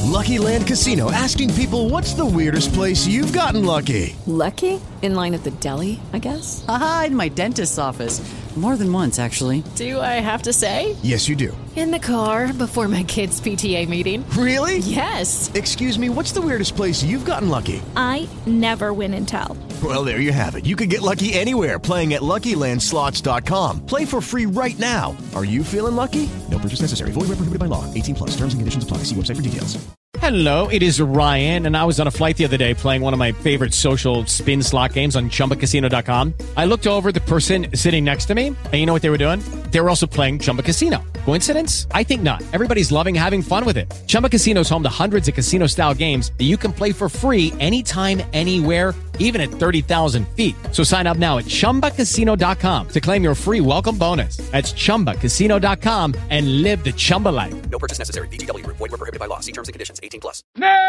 Lucky Land Casino, asking people, what's the weirdest place you've gotten lucky? Lucky? In line at the deli, I guess? Aha, in my dentist's office. More than once, actually. Do I have to say? Yes, you do. In the car before my kids' PTA meeting. Really? Yes. Excuse me, what's the weirdest place you've gotten lucky? I never win and tell. Well, there you have it. You can get lucky anywhere, playing at LuckyLandSlots.com. Play for free right now. Are you feeling lucky? No purchase necessary. Void where prohibited by law. 18 plus. Terms and conditions apply. See website for details. Hello, it is Ryan, and I was on a flight the other day playing one of my favorite social spin slot games on ChumbaCasino.com. I looked over at the person sitting next to me, and you know what they were doing? They were also playing Chumba Casino. Coincidence? I think not. Everybody's loving having fun with it. Chumba Casino is home to hundreds of casino-style games that you can play for free anytime, anywhere, even at 30,000 feet. So sign up now at ChumbaCasino.com to claim your free welcome bonus. That's ChumbaCasino.com and live the Chumba life. No purchase necessary. VGW. Void where prohibited by law. See terms and conditions. 18 plus.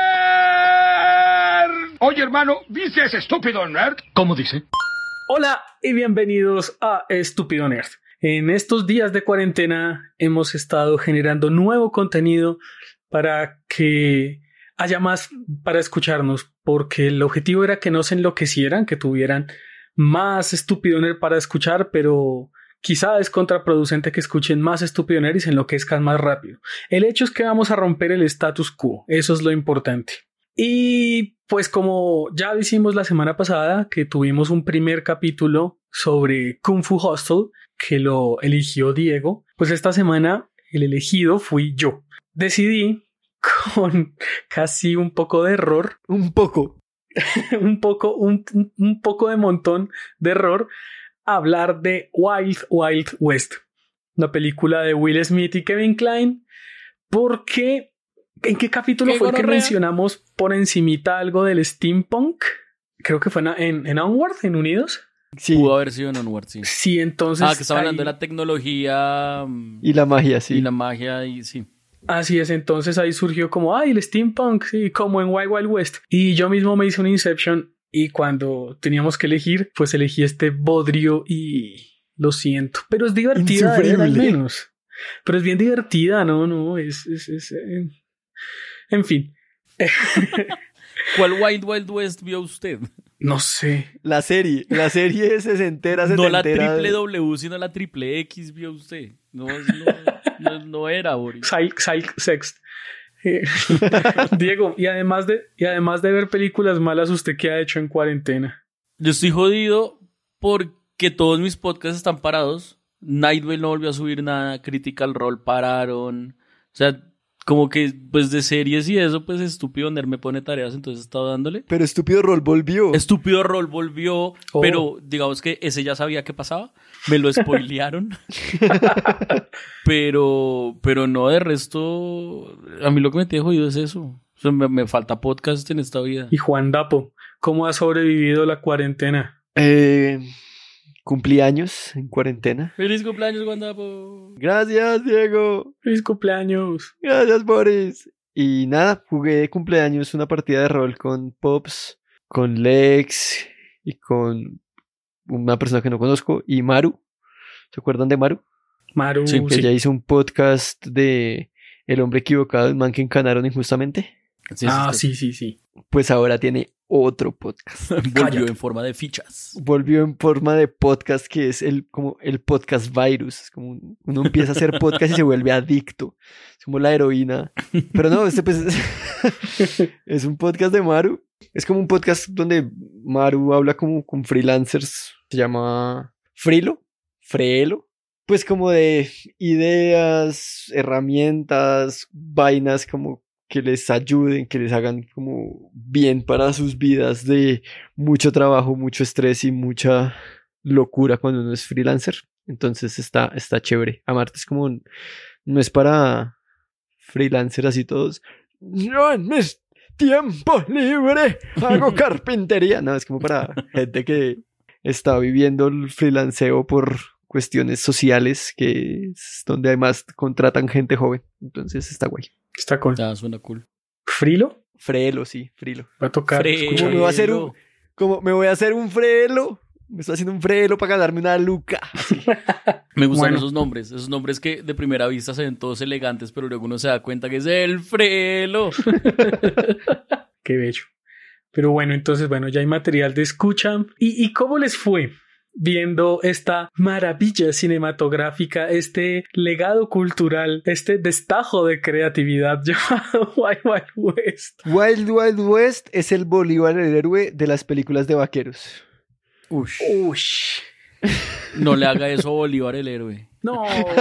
¡Nerd! Oye, hermano, ¿dice ese estúpido nerd? ¿Cómo dice? Hola y bienvenidos a Estúpido Nerd. En estos días de cuarentena hemos estado generando nuevo contenido para que haya más para escucharnos, porque el objetivo era que no se enloquecieran, que tuvieran más Estúpido Nerd para escuchar, pero quizá es contraproducente que escuchen más Estúpido Nerd y se enloquezcan más rápido. El hecho es que vamos a romper el status quo, eso es lo importante. Y pues como ya hicimos la semana pasada, que tuvimos un primer capítulo sobre Kung Fu Hustle, que lo eligió Diego, pues esta semana el elegido fui yo. Decidí, con casi un poco de error, un poco de montón de error, hablar de Wild Wild West, una película de Will Smith y Kevin Kline, porque ¿en qué capítulo fue que mencionamos por encimita algo del steampunk? Creo que fue en Onward, en Unidos. Sí. Pudo haber sido en Onward, sí. Sí, entonces... que estaba hablando de la tecnología... Y la magia, sí. Y la magia, y sí. Así es, entonces ahí surgió como, el steampunk, sí, como en Wild Wild West. Y yo mismo me hice un Inception y cuando teníamos que elegir, pues elegí este bodrio y lo siento. Pero es divertida, al menos. Pero es bien divertida, ¿no? En fin. ¿Cuál Wild Wild West vio usted? No sé. La serie sesentera. No la triple W, sino la triple X vio usted. No era, Boris. Sext. Diego, y además de ver películas malas, ¿usted qué ha hecho en cuarentena? Yo estoy jodido porque todos mis podcasts están parados. Nightwell no volvió a subir nada. Critical Role pararon. O sea, como que pues de series y eso, pues Estúpido Nerd me pone tareas, entonces he estado dándole. Pero Estúpido Role volvió. Pero digamos que ese ya sabía qué pasaba. Me lo spoilearon. pero no, de resto, a mí lo que me tiene jodido es eso. O sea, me falta podcast en esta vida. Y Juan Dapo, ¿cómo ha sobrevivido la cuarentena? Cumplí años en cuarentena. ¡Feliz cumpleaños, Juan Dapo! Gracias, Diego. ¡Feliz cumpleaños! Gracias, Boris. Y nada, jugué de cumpleaños una partida de rol con Pops, con Lex y con una persona que no conozco, y Maru. ¿Se acuerdan de Maru? Maru, sí. Que ella hizo un podcast de El hombre equivocado, el man que encanaron injustamente. Sí. Pues ahora tiene otro podcast. Volvió en forma de fichas. Volvió en forma de podcast, que es como el podcast virus. Es como uno empieza a hacer podcast y se vuelve adicto. Es como la heroína. Pero no, pues es un podcast de Maru. Es como un podcast donde Maru habla como con freelancers. Se llama Frelo. Pues como de ideas, herramientas, vainas como que les ayuden, que les hagan como bien para sus vidas de mucho trabajo, mucho estrés y mucha locura cuando uno es freelancer. Entonces está chévere. Amarte es como no es para freelancers así todos. No, en mis tiempo libre hago carpintería. No, es como para gente que está viviendo el freelanceo por cuestiones sociales, que es donde además contratan gente joven. Entonces está guay. Está cool. Suena cool. ¿Frilo? Frelo, sí, Frilo. Va a tocar. Me voy a hacer un frelo Me estoy haciendo un frelo para ganarme una luca. Me gustan esos nombres que de primera vista se ven todos elegantes, pero luego uno se da cuenta que es el frelo. Qué bello. Pero bueno, entonces, ya hay material de escucha. ¿Y cómo les fue viendo esta maravilla cinematográfica, este legado cultural, este destajo de creatividad llamado Wild Wild West? Wild Wild West es el Bolívar, el héroe de las películas de vaqueros. Ush. No le haga eso a Bolívar el héroe. No.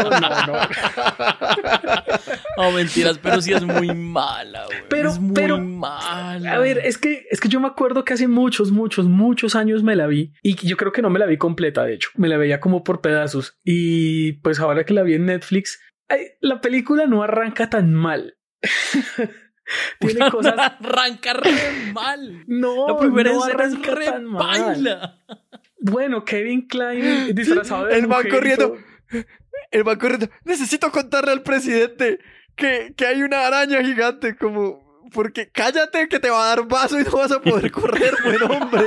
No, mentiras, pero sí es muy mala, güey. Es muy mala. A ver, es que yo me acuerdo que hace muchos años me la vi. Y yo creo que no me la vi completa, de hecho. Me la veía como por pedazos. Y pues ahora que la vi en Netflix, la película no arranca tan mal. Tiene cosas... Arranca re mal. No, la primera no escena es arranca re tan mal. baila. Bueno, Kevin Kline disfrazado de el man mujerito. corriendo. Necesito contarle al presidente que hay una araña gigante, como... Porque cállate que te va a dar vaso y no vas a poder correr, buen hombre.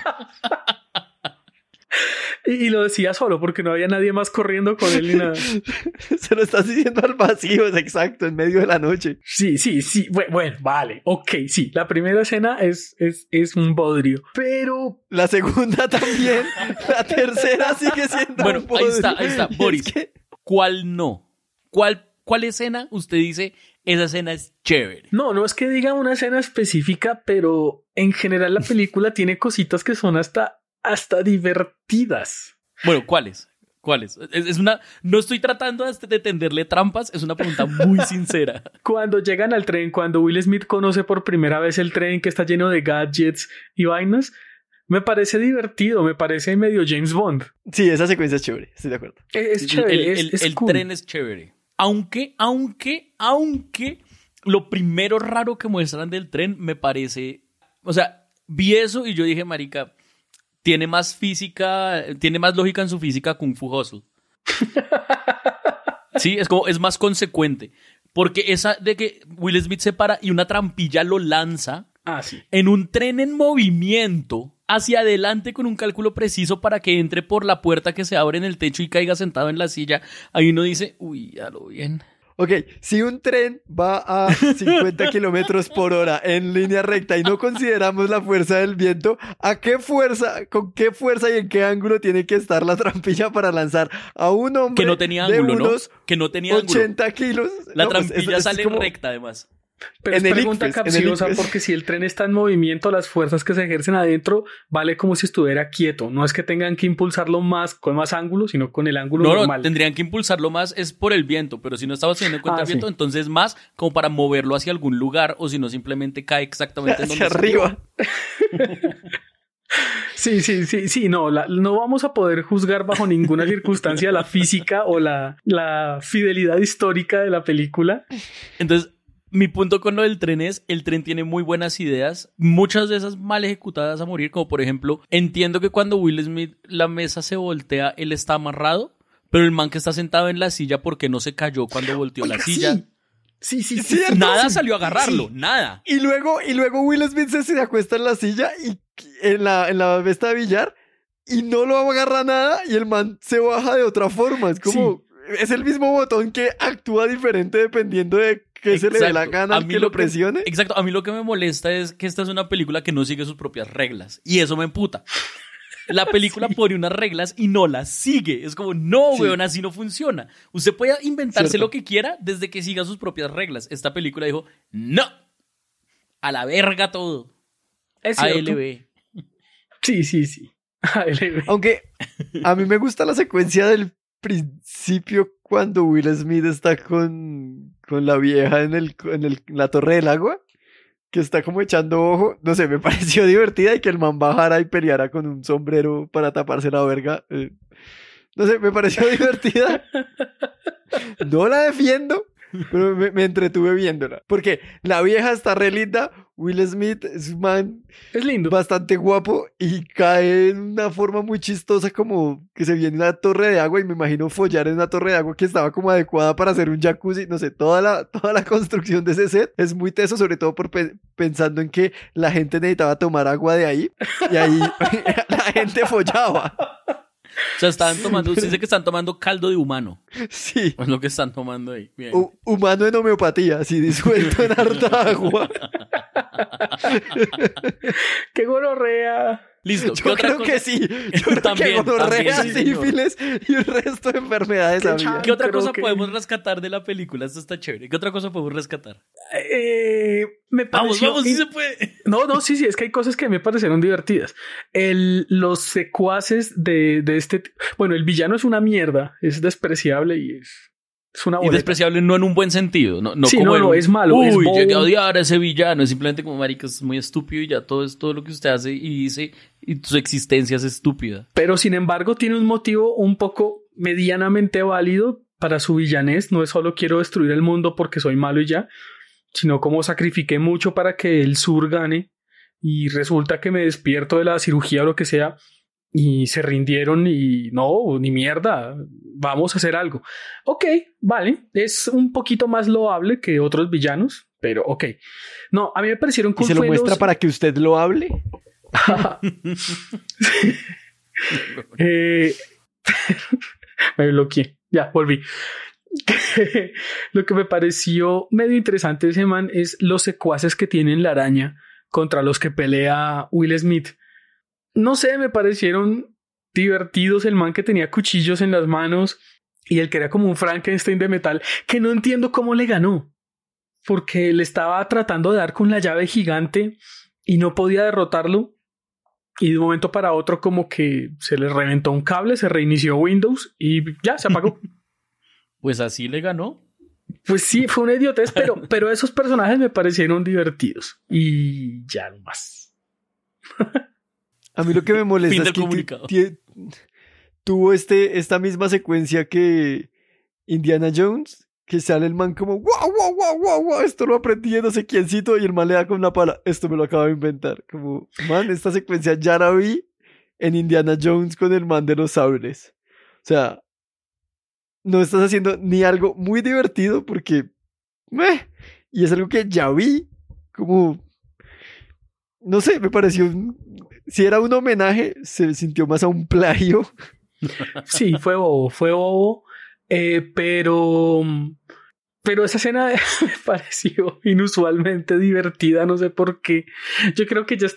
Y lo decía solo porque no había nadie más corriendo con él ni nada. Se lo estás diciendo al vacío, es exacto, en medio de la noche. Sí. Bueno, vale. Ok, sí. La primera escena es un bodrio. Pero... La segunda también. La tercera sigue siendo un bodrio. Ahí está. Boris, ¿cuál no? ¿Cuál escena usted dice, esa escena es chévere? No es que diga una escena específica, pero en general la película tiene cositas que son hasta divertidas. Bueno, ¿cuáles? Es una... No estoy tratando de tenderle trampas, es una pregunta muy sincera. Cuando llegan al tren, cuando Will Smith conoce por primera vez el tren que está lleno de gadgets y vainas, me parece divertido, me parece medio James Bond. Sí, esa secuencia es chévere, estoy de acuerdo. Es chévere, el cool. Tren es chévere. Aunque lo primero raro que muestran del tren me parece... O sea, vi eso y yo dije, marica... Tiene más lógica en su física Kung Fu Hustle. Sí, es más consecuente. Porque esa de que Will Smith se para y una trampilla lo lanza en un tren en movimiento hacia adelante con un cálculo preciso para que entre por la puerta que se abre en el techo y caiga sentado en la silla. Ahí uno dice, uy, a lo bien. Ok, si un tren va a 50 kilómetros por hora en línea recta y no consideramos la fuerza del viento, ¿con qué fuerza y en qué ángulo tiene que estar la trampilla para lanzar a un hombre que no tenía ángulo, de unos que no tenía 80 kilos? La trampilla sale como... recta, además. Pero es pregunta capciosa porque si el tren está en movimiento, las fuerzas que se ejercen adentro vale como si estuviera quieto. No es que tengan que impulsarlo más con más ángulo, sino con el ángulo normal. No, tendrían que impulsarlo más es por el viento, pero si no estaba haciendo en cuenta el viento, entonces más como para moverlo hacia algún lugar o si no simplemente cae exactamente en donde hacia arriba. Sí, no vamos a poder juzgar bajo ninguna circunstancia la física o la fidelidad histórica de la película. Entonces, mi punto con lo del tren es, el tren tiene muy buenas ideas, muchas de esas mal ejecutadas a morir, como por ejemplo, entiendo que cuando Will Smith la mesa se voltea, él está amarrado, pero el man que está sentado en la silla, ¿por qué no se cayó cuando volteó la silla? Sí. Nada salió a agarrarlo, nada. Y luego Will Smith se acuesta en la silla y en la mesa de billar y no lo agarra nada y el man se baja de otra forma. Es como, es el mismo botón que actúa diferente dependiendo de que se le dé la gana al que lo presione. Exacto, a mí lo que me molesta es que esta es una película que no sigue sus propias reglas y eso me emputa. La película pone unas reglas y no las sigue. Es como, no, weón, así no funciona. Usted puede inventarse lo que quiera desde que siga sus propias reglas. Esta película dijo, no, a la verga todo. Es cierto. ALB. Sí. ALB. Aunque a mí me gusta la secuencia del principio cuando Will Smith está con la vieja en la torre del agua, que está como echando ojo. No sé, me pareció divertida y que el man bajara y peleara con un sombrero para taparse la verga. No sé, me pareció divertida. No la defiendo, Pero me entretuve viéndola. Porque la vieja está re linda. Will Smith es un man Es lindo. bastante guapo y cae en una forma muy chistosa, como que se viene una torre de agua y me imagino follar en una torre de agua que estaba como adecuada para hacer un jacuzzi. No sé, toda la construcción de ese set es muy teso, sobre todo por pensando en que la gente necesitaba tomar agua de ahí y ahí la gente follaba. O sea, estaban tomando, sí sé que están tomando caldo de humano. Sí. Es lo que están tomando ahí. Bien. Humano en homeopatía, así disuelto en harta agua. ¡Qué gonorrea! Listo. Yo creo que sí. Yo creo También, que gonorrea, también, sí, señor. sífilis y el resto de enfermedades había. ¿Qué otra Creo cosa que- podemos rescatar de la película? Esto está chévere. ¿Qué otra cosa podemos rescatar? Me Vamos, pareció... sí se puede. No, sí, es que hay cosas que me parecieron divertidas. Los secuaces de este... Bueno, el villano es una mierda, es despreciable y es una Y boleta. despreciable no en un buen sentido. No Sí, como no, es malo, es Uy, bobo". llegué a odiar a ese villano. Es simplemente como, marica, es muy estúpido y ya todo es todo lo que usted hace y dice y su existencia es estúpida. Pero sin embargo tiene un motivo un poco medianamente válido para su villanés. No es solo quiero destruir el mundo porque soy malo y ya, sino como sacrifiqué mucho para que el sur gane y resulta que me despierto de la cirugía o lo que sea y se rindieron y no, ni mierda, vamos a hacer algo. Ok, vale, es un poquito más loable que otros villanos, pero ok. No, a mí me parecieron ¿Y se lo fue muestra los- para que usted lo hable? Me bloqueé. Ya, volví. Lo que me pareció medio interesante de ese man es los secuaces que tiene la araña contra los que pelea Will Smith. No sé, me parecieron divertidos el man que tenía cuchillos en las manos y el que era como un Frankenstein de metal, que no entiendo cómo le ganó. Porque le estaba tratando de dar con la llave gigante y no podía derrotarlo. Y de un momento para otro como que se le reventó un cable, se reinició Windows y ya, se apagó. Pues así le ganó. Pues sí, fue una idiotez, pero esos personajes me parecieron divertidos. Y ya no más. A mí lo que me molesta Fin es del que comunicado. tuvo esta misma secuencia que Indiana Jones, que sale el man como guau, guau, guau, guau, guau, esto lo aprendí de no sé quiéncito, y el man le da con una pala, esto me lo acabo de inventar. Como, man, esta secuencia ya la vi en Indiana Jones con el man de los sables. O sea, no estás haciendo ni algo muy divertido porque y es algo que ya vi, como, no sé, me pareció si era un homenaje, se sintió más a un plagio. Sí, fue bobo, pero esa escena me pareció inusualmente divertida, no sé por qué. Yo creo que ya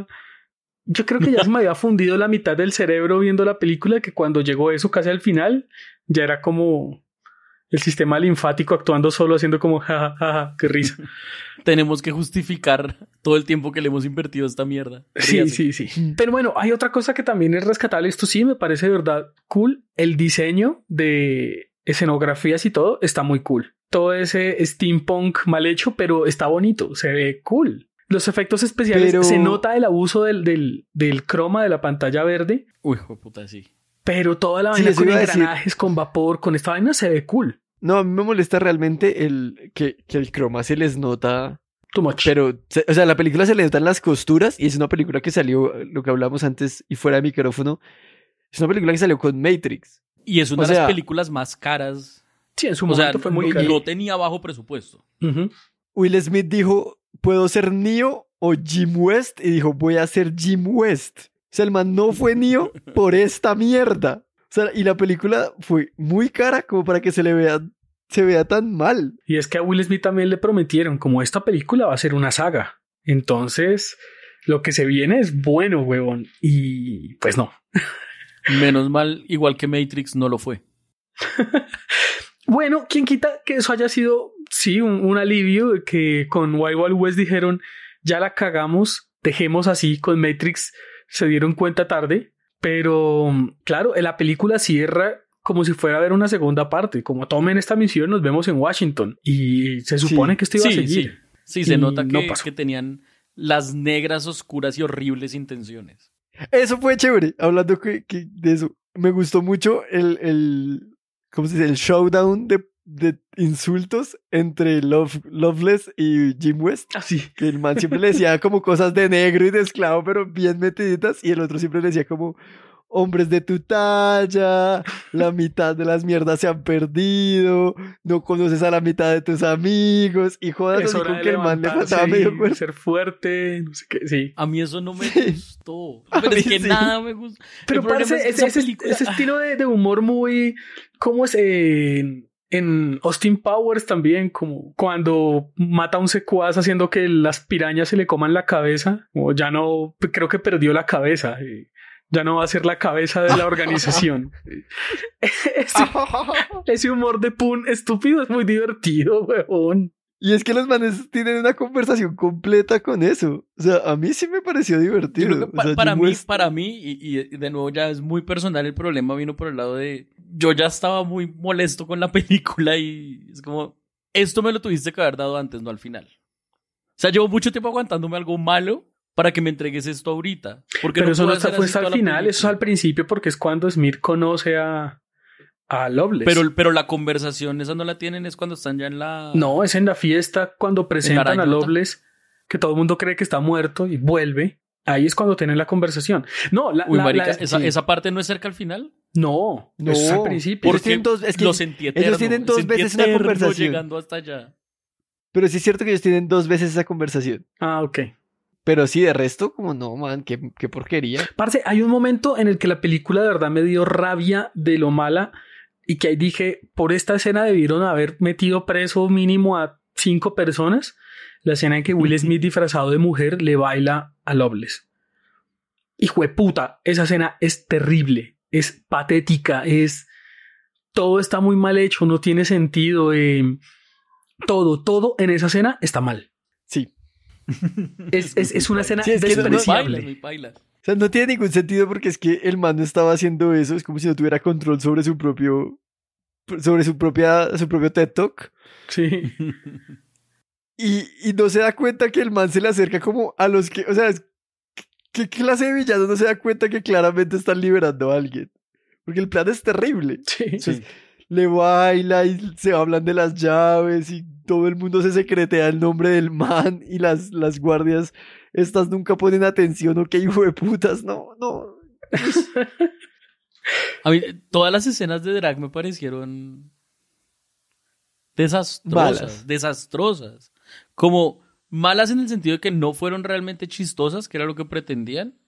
se me había fundido la mitad del cerebro viendo la película, que cuando llegó eso casi al final, ya era como el sistema linfático actuando solo, haciendo como jajaja, ja, ja, qué risa. Tenemos que justificar todo el tiempo que le hemos invertido a esta mierda. Sí. Pero bueno, hay otra cosa que también es rescatable. Esto sí me parece de verdad cool. El diseño de escenografías y todo está muy cool. Todo ese steampunk mal hecho, pero está bonito. Se ve cool. Los efectos especiales, Pero... se nota el abuso del croma de la pantalla verde. Uy, puta, sí. Pero toda la vaina eso con iba a decir. engranajes, con vapor, con esta vaina se ve cool. No, a mí me molesta realmente que el croma se les nota. Too much. Pero, o sea, la película se le notan las costuras y es una película que salió, lo que hablamos antes y fuera de micrófono, es una película que salió con Matrix. Y es una O de las sea, películas más caras. Sí, en su O sea, momento fue muy caro. no tenía bajo presupuesto. Ujú. Will Smith dijo, ¿puedo ser Neo o Jim West? Y dijo, voy a ser Jim West. O sea, el man no fue Neo por esta mierda. O sea, y la película fue muy cara como para que se vea tan mal. Y es que a Will Smith también le prometieron, como esta película va a ser una saga. Entonces, lo que se viene es bueno, huevón. Y pues no. Menos mal, igual que Matrix, no lo fue. Bueno, ¿quién quita que eso haya sido, sí, un alivio de que con Wild Wild West dijeron, ya la cagamos, dejemos así, con Matrix se dieron cuenta tarde, pero claro, la película cierra como si fuera a ver una segunda parte, como tomen esta misión, nos vemos en Washington, y se supone que esto iba a seguir. Sí, se Y nota no que, pasó. que tenían las negras, oscuras y horribles intenciones. Eso fue chévere, hablando de eso. Me gustó mucho ¿cómo se dice? El showdown de insultos entre Loveless y Jim West. Así. Que el man siempre le decía como cosas de negro y de esclavo, pero bien metiditas. Y el otro siempre le decía como, hombres de tu talla, la mitad de las mierdas se han perdido, no conoces a la mitad de tus amigos. Y jodas, así con que el man le faltaba medio cuerpo. Ser fuerte, no sé qué, sí. A mí eso no me gustó. Pero es que nada me gustó. Pero parece ese estilo de humor muy... ¿Cómo es? En Austin Powers también, como cuando mata a un secuaz haciendo que las pirañas se le coman la cabeza, o ya no, creo que perdió la cabeza, ya no va a ser la cabeza de la organización. ese humor de pun estúpido es muy divertido, weón. Y es que los manes tienen una conversación completa con eso. O sea, a mí sí me pareció divertido. O sea, para mí, y de nuevo ya es muy personal, el problema vino por el lado de... Yo ya estaba muy molesto con la película y es como... Esto me lo tuviste que haber dado antes, no al final. O sea, llevo mucho tiempo aguantándome algo malo para que me entregues esto ahorita. Porque pero no eso no fue hasta al final, eso es al principio porque es cuando Smith conoce a Loveless. Pero la conversación esa no la tienen, es cuando están ya en la... No, es en la fiesta cuando presentan a Loveless, que todo el mundo cree que está muerto y vuelve. Ahí es cuando tienen la conversación. No, marica, ¿esa parte no es cerca al final? No, es al principio. Porque lo sentí eterno. Ellos tienen dos veces una conversación. Llegando hasta allá. Pero sí es cierto que ellos tienen 2 veces esa conversación. Ah, ok. Pero sí, de resto, como no, man, qué porquería. Parce, hay un momento en el que la película de verdad me dio rabia de lo mala y que ahí dije, por esta escena debieron haber metido preso mínimo a 5 personas. La escena en que Will Smith disfrazado de mujer le baila a Loveless. Hijo de puta, esa escena es terrible, es patética, todo está muy mal hecho, no tiene sentido. Todo en esa escena está mal. Sí. Es una escena despreciable. O sea, no tiene ningún sentido porque es que el man no estaba haciendo eso. Es como si no tuviera control sobre su propio TED Talk. Sí. Y no se da cuenta que el man se le acerca como a los que... O sea, ¿qué clase de villano no se da cuenta que claramente están liberando a alguien? Porque el plan es terrible. Sí. Entonces, le baila y se hablan de las llaves y todo el mundo se secretea el nombre del man y las guardias estas nunca ponen atención. ¿O qué hijo de putas? No. A mí, todas las escenas de drag me parecieron desastrosas. Como malas en el sentido de que no fueron realmente chistosas, que era lo que pretendían.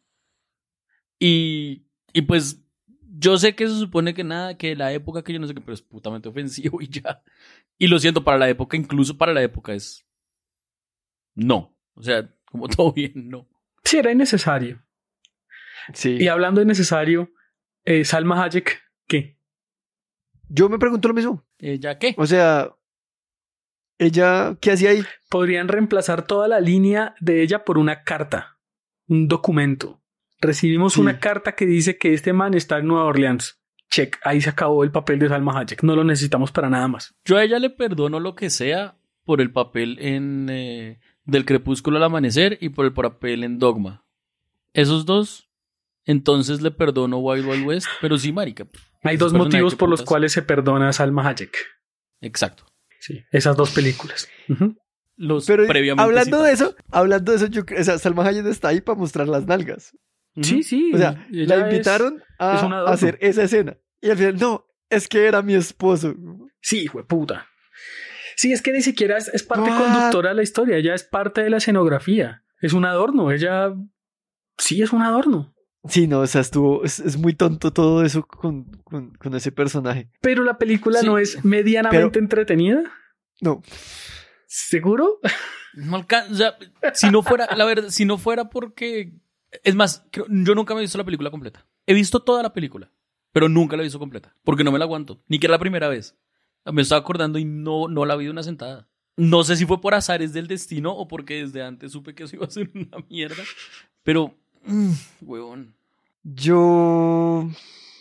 Y pues yo sé que se supone que nada, que la época, que yo no sé qué, pero es putamente ofensivo y ya. Y lo siento, para la época, incluso para la época es... No. O sea, como todo bien, no. Sí, era innecesario. Sí. Y hablando de necesario, Salma Hayek, ¿qué? Yo me pregunto lo mismo. ¿Ya qué? O sea, ella, ¿qué hacía ahí? Podrían reemplazar toda la línea de ella por una carta, un documento. Recibimos una carta que dice que este man está en Nueva Orleans. Check, ahí se acabó el papel de Salma Hayek. No lo necesitamos para nada más. Yo a ella le perdono lo que sea por el papel en Del Crepúsculo al Amanecer y por el papel en Dogma. Esos dos, entonces le perdono Wild Wild West, pero sí, marica. Hay 2 motivos por los cuales se perdona a Salma Hayek. Exacto. Sí, esas 2 películas. Pero previamente hablando de eso, o sea, Salma Hayek está ahí para mostrar las nalgas. Sí. O sea, la invitaron a hacer esa escena. Y al final, no, es que era mi esposo. Sí, hijo de puta. Sí, es que ni siquiera es parte conductora de la historia. Ella es parte de la escenografía. Es un adorno. Ella sí es un adorno. Sí, no, o sea, es muy tonto todo eso con ese personaje. Pero la película no es medianamente entretenida. No. ¿Seguro? No alcanza. O sea, si no fuera, la verdad, si no fuera porque... Es más, yo nunca me he visto la película completa. He visto toda la película, pero nunca la he visto completa, porque no me la aguanto. Ni que era la primera vez. Me estaba acordando y no la vi de una sentada. No sé si fue por azares del destino o porque desde antes supe que eso iba a ser una mierda. Pero, huevón. Yo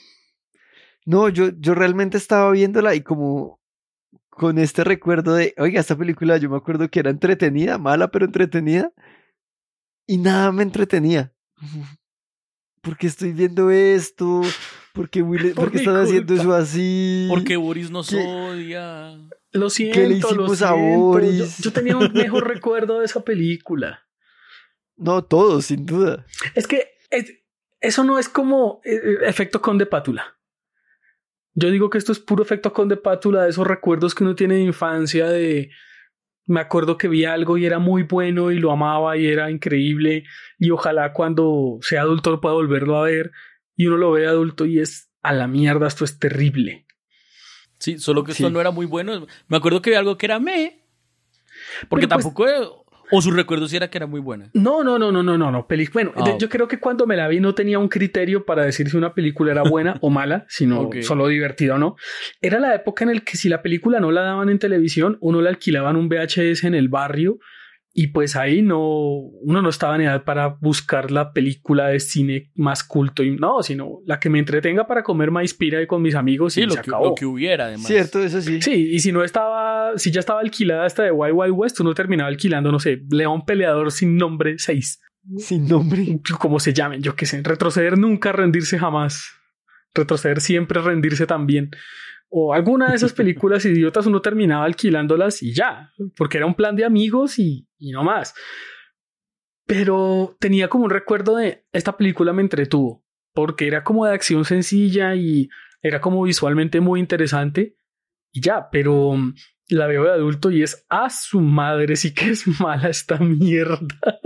realmente estaba viéndola y como con este recuerdo de, oiga, esta película yo me acuerdo que era entretenida, mala pero entretenida, y nada me entretenía. ¿Por qué estoy viendo esto? ¿Por qué están haciendo eso así? Porque Boris nos odia. Lo siento, ¿Qué le hicimos a Boris? Yo tenía un mejor recuerdo de esa película. No, todos, sin duda. Es que eso no es como efecto conde pátula. Yo digo que esto es puro efecto conde pátula de esos recuerdos que uno tiene de infancia de... Me acuerdo que vi algo y era muy bueno y lo amaba y era increíble y ojalá cuando sea adulto lo pueda volverlo a ver y uno lo ve adulto y es a la mierda, esto es terrible. Sí, solo que esto no era muy bueno. Me acuerdo que vi algo que era porque pero tampoco... O su recuerdo sí era que era muy buena. No. Bueno, yo creo que cuando me la vi no tenía un criterio para decir si una película era buena o mala, sino solo divertida o no. Era la época en la que si la película no la daban en televisión, uno la alquilaba en un VHS en el barrio y pues ahí uno no estaba en edad para buscar la película de cine más culto y sino la que me entretenga para comer maíz pira y con mis amigos y se acabó. Lo que hubiera además. Cierto, eso sí. Sí, y si ya estaba alquilada esta de Wild Wild West, uno terminaba alquilando, no sé, León Peleador sin nombre 6. Sin nombre. Como se llamen, yo qué sé. Retroceder nunca, rendirse jamás. Retroceder siempre, rendirse también. O alguna de esas películas idiotas uno terminaba alquilándolas y ya, porque era un plan de amigos y no más. Pero tenía como un recuerdo de esta película me entretuvo, porque era como de acción sencilla y era como visualmente muy interesante y ya, pero la veo de adulto y es a su madre, sí que es mala esta mierda.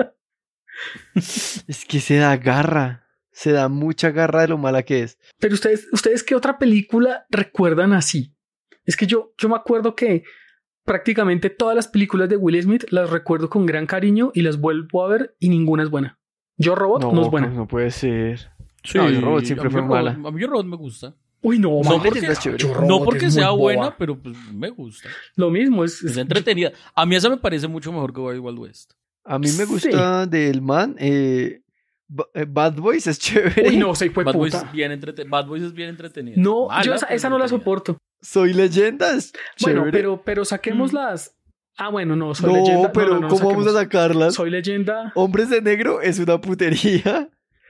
Es que se da mucha garra de lo mala que es. Pero ustedes ¿qué otra película recuerdan así? Es que yo me acuerdo que prácticamente todas las películas de Will Smith las recuerdo con gran cariño y las vuelvo a ver y ninguna es buena. Yo Robot no es buena. No puede ser. Sí, Yo Robot siempre fue mala. A mí Yo Robot me gusta. Uy, no porque sea buena, pero pues me gusta. Lo mismo es entretenida. A mí esa me parece mucho mejor que Wild Wild West. A mí me gusta del man. Bad Boys es chévere. Uy, no, Bad Boys es bien entretenida. No, yo esa no la soporto. Soy Leyenda es chévere. Bueno, pero saquemos las... bueno, no, Soy Leyenda. No, pero ¿cómo vamos a sacarlas? Soy Leyenda. Hombres de Negro es una putería.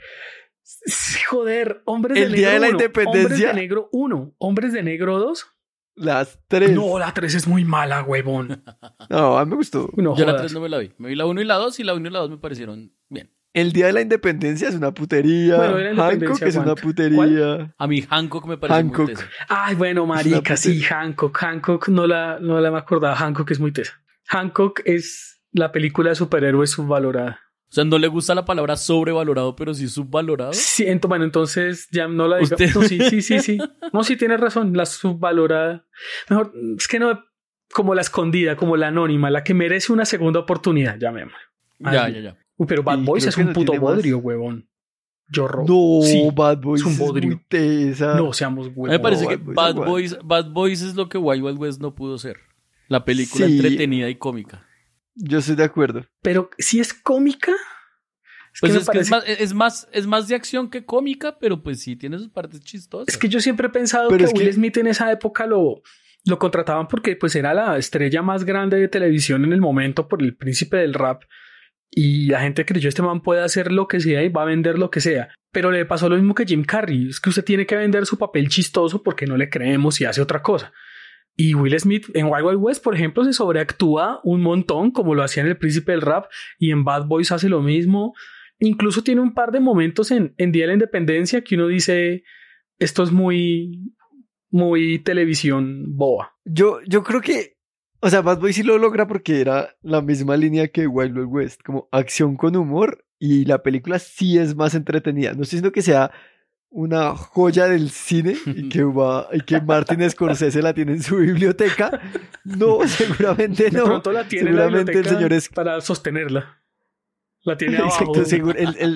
Joder, Hombres de Negro 1. El Día de la Independencia. Hombres de Negro 1. Hombres de Negro 2. Las 3. No, la 3 es muy mala, huevón. No, a mí me gustó. No, yo la 3 no me la vi. Me vi la 1 y la 2 y la 1 y la 2 me parecieron bien. El Día de la Independencia es una putería. Bueno, Hancock es una putería. ¿Cuál? A mí Hancock me parece muy tesa. Ay, bueno, marica, sí, Hancock no la me acordaba. Hancock es muy tesa. Hancock es la película de superhéroes subvalorada. O sea, no le gusta la palabra sobrevalorado, pero sí subvalorado. Sí, bueno, entonces ya no la digo. No, sí. No, sí, tienes razón, la subvalorada. Mejor, es que no, como la escondida, como la anónima, la que merece una segunda oportunidad, llamémosla. Ya. Pero Bad Boys es un puto bodrio, huevón. Yo robo. No, sí, Bad Boys es un bodrio. Es muy tesa. No, seamos huevón. Me parece que Bad Boys es lo que Wild Wild West no pudo ser. La película entretenida y cómica. Yo estoy de acuerdo. Pero si es cómica... Pues es más de acción que cómica, pero pues sí tiene sus partes chistosas. Es que yo siempre he pensado que Will Smith en esa época lo contrataban porque pues era la estrella más grande de televisión en el momento por el príncipe del rap. Y la gente creyó este man puede hacer lo que sea y va a vender lo que sea. Pero le pasó lo mismo que Jim Carrey. Es que usted tiene que vender su papel chistoso porque no le creemos si hace otra cosa. Y Will Smith en Wild Wild West, por ejemplo, se sobreactúa un montón como lo hacía en El Príncipe del Rap y en Bad Boys hace lo mismo. Incluso tiene un par de momentos en Día de la Independencia que uno dice esto es muy, muy televisión boba. Yo creo que, o sea, Bad Boys sí lo logra porque era la misma línea que Wild Wild West, como acción con humor y la película sí es más entretenida. No estoy diciendo que sea una joya del cine y que Martin Scorsese la tiene en su biblioteca. No, seguramente no. De pronto la tiene en la biblioteca para sostenerla. La tiene abajo. Exacto, seguro. Él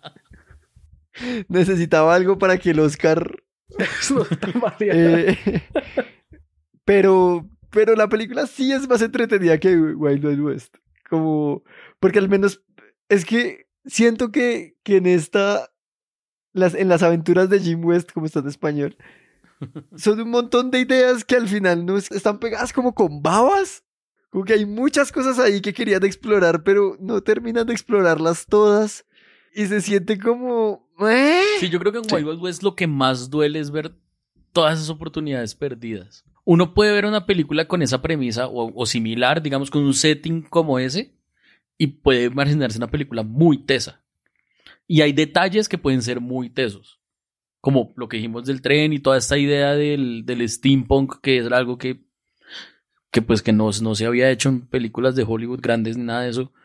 necesitaba algo para que el Oscar... pero la película sí es más entretenida que Wild Wild West. Como... Porque al menos... Es que siento que en las aventuras de Jim West, como está en español, son un montón de ideas que al final no están pegadas como con babas. Como que hay muchas cosas ahí que querían explorar, pero no terminan de explorarlas todas. y se siente como... Sí, yo creo que en Wild Wild West lo que más duele es ver todas esas oportunidades perdidas. Uno puede ver una película con esa premisa o similar, digamos, con un setting como ese, y puede imaginarse una película muy tesa. Y hay detalles que pueden ser muy tesos, como lo que dijimos del tren y toda esta idea del steampunk, que era algo que no se había hecho en películas de Hollywood grandes ni nada de eso.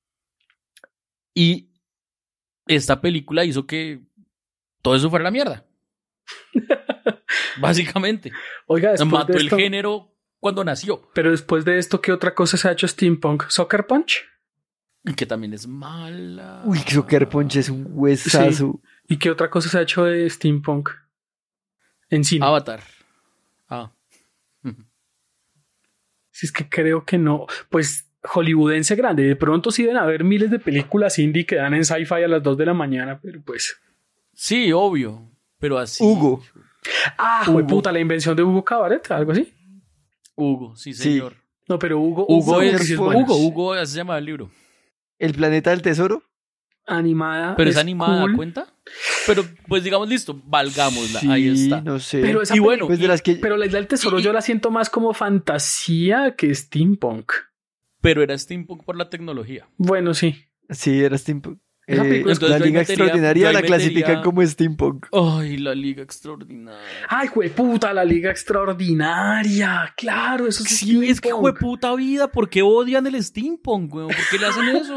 Y esta película hizo que todo eso fuera la mierda. Básicamente. Oiga, después mató de el esto, género cuando nació. pero después de esto, ¿qué otra cosa se ha hecho steampunk? ¿Sucker Punch? Que también es mala. Uy, Sucker Punch es un huesazo. ¿Y qué otra cosa se ha hecho de steampunk? En cine. Avatar. Si es que creo que no. Pues hollywoodense grande. De pronto sí deben haber miles de películas indie que dan en sci-fi a las 2 de la mañana, pero pues... Sí, obvio. Pero así. Hugo. Fue puta, la invención de Hugo Cabaret, algo así. Hugo, sí, señor. Sí. No, pero Hugo es bueno. Hugo, así se llama el libro. ¿El planeta del tesoro? Animada. Pero es animada, cool. ¿cuenta? Pero, pues digamos, listo, valgámosla, Sí, ahí está. no sé. Pero esa pues de las que... Pero la Isla del Tesoro yo la siento más como fantasía que steampunk. Pero era steampunk por la tecnología. Bueno, sí. Sí, era steampunk. Esa película Entonces, la yo ahí Liga metería- Extraordinaria yo ahí la clasifican metería- como steampunk. Ay, la Liga Extraordinaria. Ay, jueputa, la Liga Extraordinaria. Claro, eso es Sí, es que steampunk. puta vida, ¿por qué odian el steampunk, weón? ¿Por qué le hacen eso?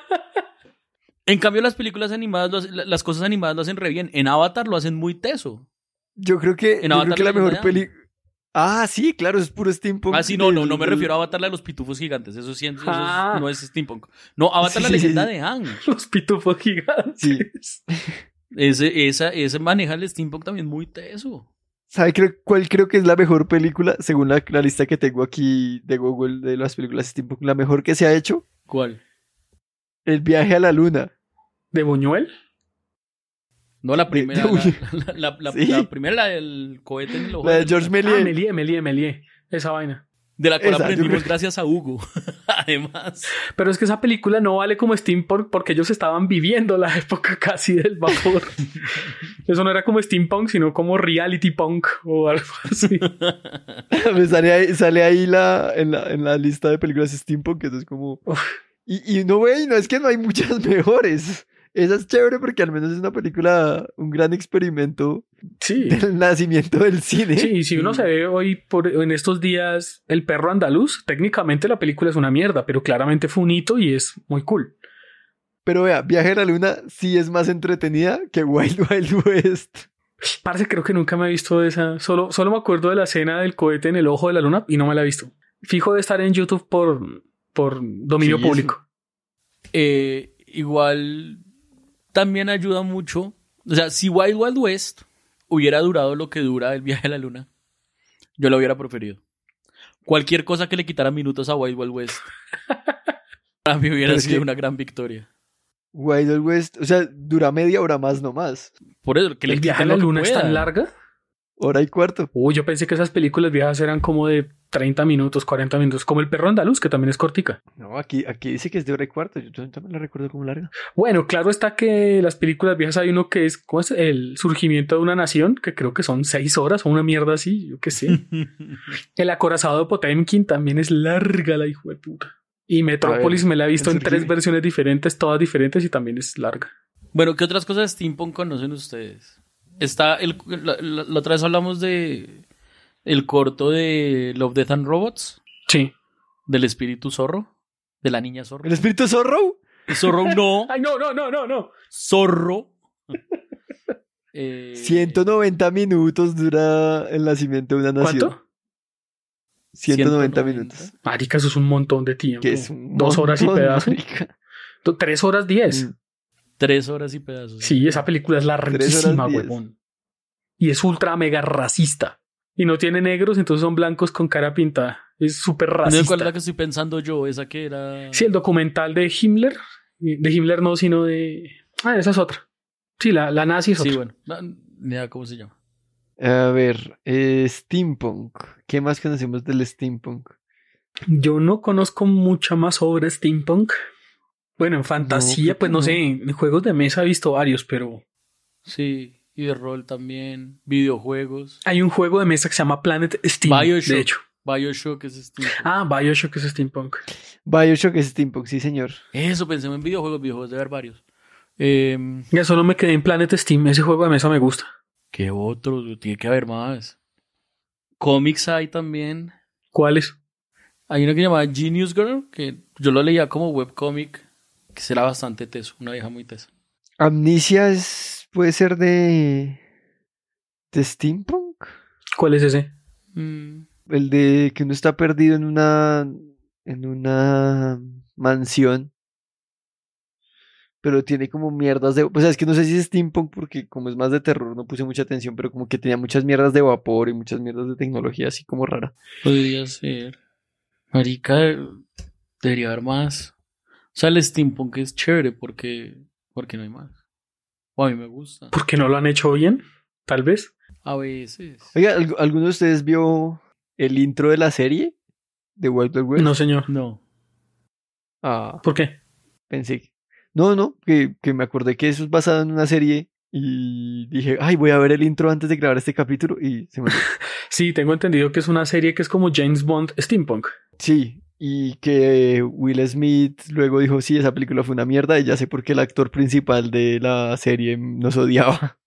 En cambio, las películas animadas, las cosas animadas lo hacen re bien. En Avatar lo hacen muy teso. Yo creo que En Avatar la la mejor leyenda de peli... Ah, sí, claro, es puro steampunk. Sí, no me refiero a Avatar la de los pitufos gigantes. Eso sí, no es steampunk. No, Avatar la Sí, leyenda sí. de Aang. Los pitufos gigantes. Sí. Ese maneja el steampunk también muy teso. ¿Sabe cuál creo que es la mejor película? Según la lista que tengo aquí de Google de las películas steampunk, la mejor que se ha hecho, ¿Cuál? El viaje a la luna. ¿De Buñuel? No, la primera. Sí. La primera, la del cohete en el ojo. La de George Méliès. Méliès. Esa vaina. De la cual Esa, yo aprendimos creo- gracias a Hugo. Además. Pero es que esa película no vale como steampunk porque ellos estaban viviendo la época casi del vapor. Eso no era como steampunk, sino como reality punk o algo así. Me sale ahí en la lista de películas steampunk, que eso es como... Y no, güey, no es que no hay muchas mejores. Esa es chévere porque al menos es una película, un gran experimento Sí. del nacimiento del cine. Sí, y si uno se ve hoy en estos días El perro andaluz, técnicamente la película es una mierda, pero claramente fue un hito y es muy cool. Pero vea, Viaje a la Luna sí es más entretenida que Wild Wild West. Parce, creo que nunca me he visto esa. Solo me acuerdo de la escena del cohete en el ojo de la luna y no me la he visto. Fijo de estar en YouTube por dominio Sí, público. Igual también ayuda mucho. O sea, si Wild Wild West hubiera durado lo que dura el viaje a la luna, yo lo hubiera preferido. Cualquier cosa que le quitara minutos a Wild Wild West, para mí hubiera Pero es sido que- una gran victoria. Wild Wild West, o sea, dura media hora más nomás. Por eso, que le ¿El viaje a quiten la lo que luna es tan puedan. larga? Hora y cuarto. Uy, yo pensé que esas películas viejas eran como de 30 minutos, 40 minutos, como El perro andaluz, que también es cortica. No, aquí dice que es de hora y cuarto. Yo también la recuerdo como larga. Bueno, claro está que las películas viejas hay uno que es, ¿cómo es? El surgimiento de una nación, que creo que son 6 horas o una mierda así, yo qué sé. El acorazado de Potemkin también es larga, la hijo de puta. Y Metrópolis me la he visto en 3 versiones diferentes, todas diferentes y también es larga. Bueno, ¿qué otras cosas de steampunk conocen ustedes? Está la otra vez hablamos de el corto de Love, Death and Robots. Sí. Del espíritu zorro. De la niña zorro. ¿El espíritu zorro? Zorro no. Ay, no. Zorro. 190 minutos dura el nacimiento de una nación. ¿Cuánto? 190 minutos. Marica, eso es un montón de tiempo. Que es un 2 horas y montón, pedazo. marica. 3 horas 10. 3 horas y pedazos. Sí, esa película es larguísima, 10. huevón. Y es ultra mega racista. Y no tiene negros, entonces son blancos con cara pintada. Es súper No sé racista. cuál es la que estoy pensando yo, esa que era... Sí, el documental de Himmler. De Himmler no, sino de... Ah, esa es otra. Sí, la nazi es otra. Sí, bueno. Ni idea cómo se llama. A ver, steampunk. ¿Qué más conocemos del steampunk? Yo no conozco mucha más sobre steampunk. Bueno, en fantasía, pues no sé, en juegos de mesa he visto varios, pero... Sí, y de rol también, videojuegos. Hay un juego de mesa que se llama Planet Steam, BioShock. de hecho. BioShock es steampunk. Ah, BioShock es steampunk. BioShock es steampunk, sí, señor. Eso, pensemos en videojuegos de ver varios. Ya solo me quedé en Planet Steam, ese juego de mesa me gusta. ¿Qué otros? Tiene que haber más. Cómics hay también. ¿Cuáles? Hay uno que se llama Genius Girl, que yo lo leía como webcomic, que será bastante teso, una vieja muy tesa. Amnesia puede ser de steampunk. ¿Cuál es ese? El de que uno está perdido en una mansión, pero tiene como mierdas de... O sea, es que no sé si es steampunk porque como es más de terror no puse mucha atención, pero como que tenía muchas mierdas de vapor y muchas mierdas de tecnología así como rara. Podría ser. Marica, debería haber más. O sea, el steampunk es chévere porque no hay más. O a mí me gusta. ¿Por qué no lo han hecho bien? Tal vez. A veces. Oiga, ¿alguno de ustedes vio el intro de la serie de Wild Wild West? No, señor. No. Ah, ¿Por qué? pensé que... No, que me acordé que eso es basado en una serie y dije, ay, voy a ver el intro antes de grabar este capítulo y se me olvidó. Sí, tengo entendido que es una serie que es como James Bond steampunk. Sí, y que Will Smith luego dijo, sí, esa película fue una mierda y ya sé por qué el actor principal de la serie nos odiaba.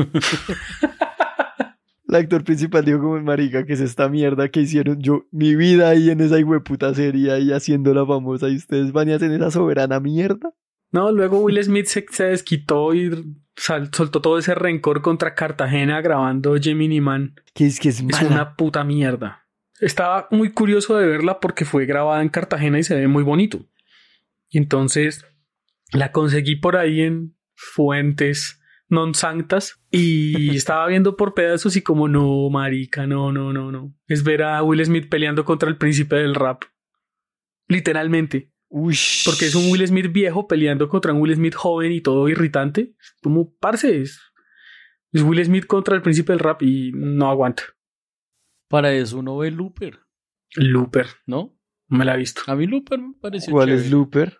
El actor principal dijo como, marica, que es esta mierda que hicieron yo, mi vida ahí en esa hijueputa serie ahí haciéndola famosa y ustedes van y hacen esa soberana mierda. No, luego Will Smith se desquitó y soltó todo ese rencor contra Cartagena grabando Gemini Man. Que es mala. Es una puta mierda. Estaba muy curioso de verla porque fue grabada en Cartagena y se ve muy bonito. Y entonces la conseguí por ahí en fuentes non sanctas y estaba viendo por pedazos y como no, marica, no. Es ver a Will Smith peleando contra el príncipe del rap. Literalmente. Ush. Porque es un Will Smith viejo peleando contra un Will Smith joven y todo irritante. Como, parce, es Will Smith contra el príncipe del rap y no aguanta. Para eso uno ve Looper. Looper. ¿No? No me la he visto. A mí Looper me pareció ¿Cuál chévere. es Looper?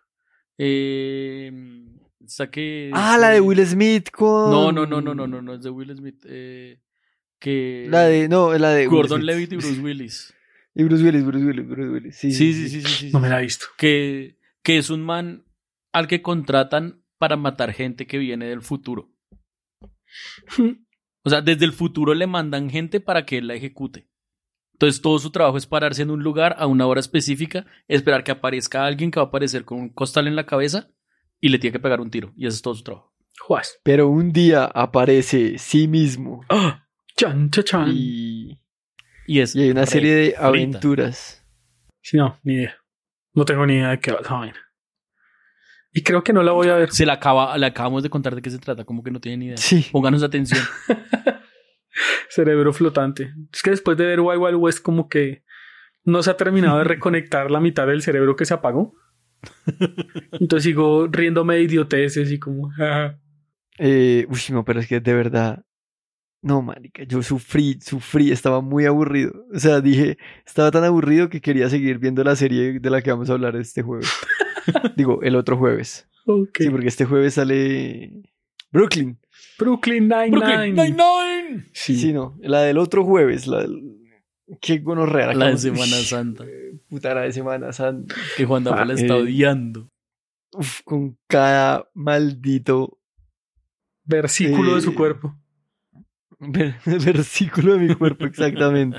Saqué... La de Will Smith con... No, es de Will Smith. Que... La de Gordon Will Levitt y Smith. Bruce Willis. Y Bruce Willis. Sí. No me la he visto. Que es un man al que contratan para matar gente que viene del futuro. O sea, desde el futuro le mandan gente para que él la ejecute. Entonces todo su trabajo es pararse en un lugar a una hora específica, esperar que aparezca alguien que va a aparecer con un costal en la cabeza y le tiene que pegar un tiro. Y ese es todo su trabajo. Juas. Pero un día aparece sí mismo. ¡Ah! ¡Chan, chan, chan! Y hay una serie de aventuras. Sí, no, ni idea. No tengo ni idea de qué va esa vaina. Y creo que no la voy a ver. le acabamos de contar de qué se trata, como que no tiene ni idea. Sí. Pónganos atención. Cerebro flotante. Es que después de ver Wild Wild West como que no se ha terminado de reconectar la mitad del cerebro que se apagó. Entonces sigo riéndome de idioteces y como... No, pero es que de verdad... No, marica, yo sufrí, estaba muy aburrido. O sea, estaba tan aburrido que quería seguir viendo la serie de la que vamos a hablar este jueves. Digo, el otro jueves. Okay. Sí, porque este jueves sale Brooklyn Nine-Nine. Sí, no, la del otro jueves, qué gonorrea. La de Semana Santa. Puta, la de Semana Santa. Que Juan Dafoe la está odiando. Con cada maldito versículo de su cuerpo. Versículo de mi cuerpo, exactamente.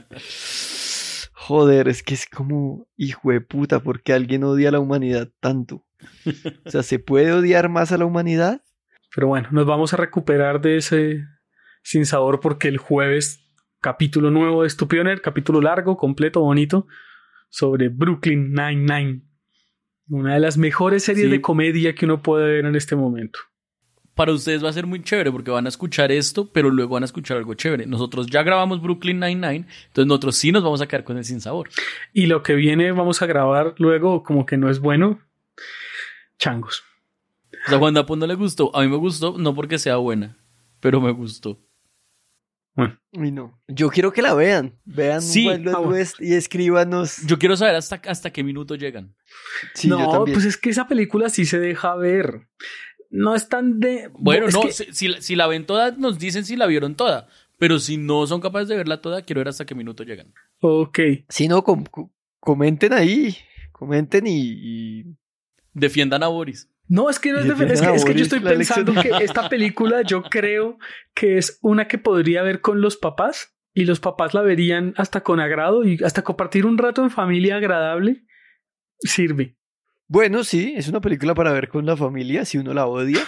Joder, es que es como, hijo de puta, ¿por qué alguien odia a la humanidad tanto? O sea, ¿se puede odiar más a la humanidad? Pero bueno, nos vamos a recuperar de ese sinsabor porque el jueves, capítulo nuevo de Estúpido Nerd, capítulo largo, completo, bonito, sobre Brooklyn Nine-Nine. Una de las mejores series de comedia que uno puede ver en este momento. Para ustedes va a ser muy chévere porque van a escuchar esto, pero luego van a escuchar algo chévere. Nosotros ya grabamos Brooklyn Nine-Nine, entonces nosotros sí nos vamos a quedar con el sinsabor. Y lo que viene vamos a grabar luego como que no es bueno. Changos. O sea, Juan Dapo no le gustó. A mí me gustó, no porque sea buena, pero me gustó. Bueno. Uy, no. Yo quiero que la vean. Vean Sí. Wild Wild West y escríbanos. Yo quiero saber hasta qué minuto llegan. Sí, yo No, también. pues es que esa película sí se deja ver. No es tan de... Bueno, es no, que- si la ven toda, nos dicen si la vieron toda. Pero si no son capaces de verla toda, quiero ver hasta qué minuto llegan. Ok. Si no, comenten ahí. Comenten y... Defiendan a Boris. No, es que no es, Y es que yo Boris, estoy la elección. pensando que esta película yo creo que es una que podría ver con los papás y los papás la verían hasta con agrado y hasta compartir un rato en familia agradable sirve. Bueno, sí, es una película para ver con la familia si uno la odia.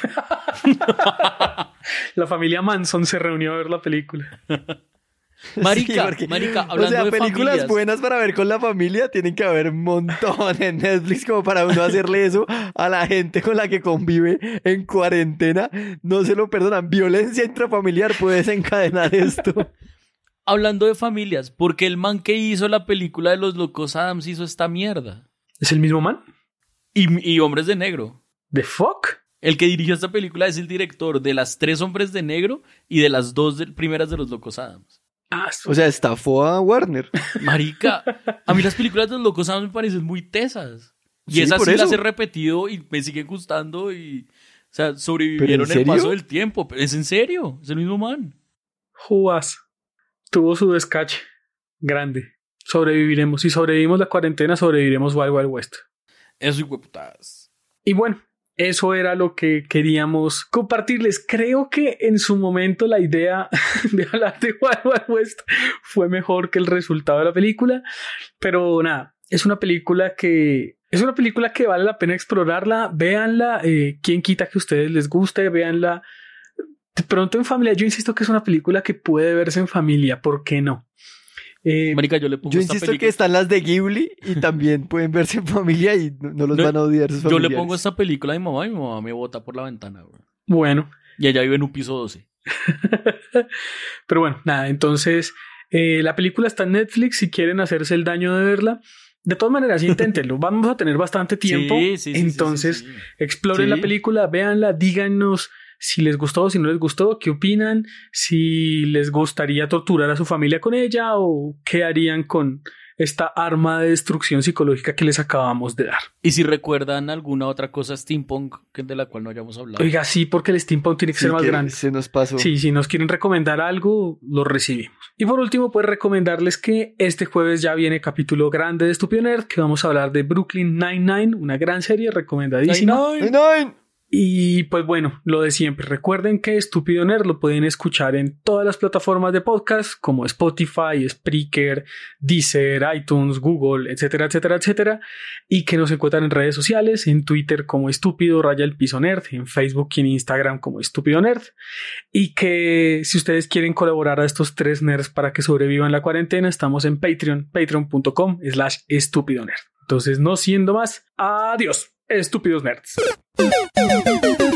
La familia Manson se reunió a ver la película. Marica, Sí, porque, marica, hablando o sea, de películas familias. buenas para ver con la familia tienen que haber un montón en Netflix como para uno hacerle eso a la gente con la que convive en cuarentena. No se lo perdonan. Violencia intrafamiliar puede desencadenar esto. Hablando de familias, porque el man que hizo la película de los Locos Adams hizo esta mierda. ¿Es el mismo man? Y Hombres de Negro. ¿The fuck? El que dirigió esta película es el director de las 3 Hombres de Negro y de las 2 primeras de los Locos Adams. Ah, O sea, estafó a Warner. Marica, a mí las películas de los Locos Adams me parecen muy tesas. Y Sí, esas por sí eso. las he repetido y me siguen gustando y... O sea, sobrevivieron ¿Pero en el paso serio? del tiempo. Pero es en serio, es el mismo man. Juas. Tuvo su descache. Grande. Sobreviviremos. Si sobrevivimos la cuarentena, sobreviviremos Wild Wild West. Eso y hueputas. Y bueno, eso era lo que queríamos compartirles. Creo que en su momento la idea de hablar de Wild Wild West fue mejor que el resultado de la película. Pero nada, es una película que vale la pena explorarla. Véanla. Quién quita que a ustedes les guste. Véanla de pronto en familia. Yo insisto que es una película que puede verse en familia. ¿Por qué no? Marica, yo le pongo Yo esta insisto película. que están las de Ghibli y también pueden verse en familia y no los van a odiar sus Yo familiares. le pongo esta película a mi mamá y mi mamá me bota por la ventana, güey. Bueno. Y ella vive en un piso 12. Pero bueno, nada, entonces la película está en Netflix si quieren hacerse el daño de verla. De todas maneras, inténtenlo. Vamos a tener bastante tiempo. Sí, Entonces, sí. exploren Sí. la película, véanla, díganos si les gustó, si no les gustó, qué opinan, si les gustaría torturar a su familia con ella o qué harían con esta arma de destrucción psicológica que les acabamos de dar. Y si recuerdan alguna otra cosa steampunk de la cual no hayamos hablado. Oiga, sí, porque el steampunk tiene que ser más grande. Se nos pasó. Sí, si nos quieren recomendar algo, lo recibimos. Y por último, pues recomendarles que este jueves ya viene capítulo grande de Estúpido Nerd, que vamos a hablar de Brooklyn Nine-Nine, una gran serie recomendadísima. ¡Nine! Y pues bueno, lo de siempre. Recuerden que Estúpido Nerd lo pueden escuchar en todas las plataformas de podcast como Spotify, Spreaker, Deezer, iTunes, Google, etcétera, etcétera, etcétera. Y que nos encuentran en redes sociales, en Twitter como Estúpido_Nerd, en Facebook y en Instagram como Estúpido Nerd. Y que si ustedes quieren colaborar a estos 3 nerds para que sobrevivan la cuarentena, estamos en Patreon, patreon.com/estúpido nerd. Entonces, no siendo más, adiós, estúpidos nerds.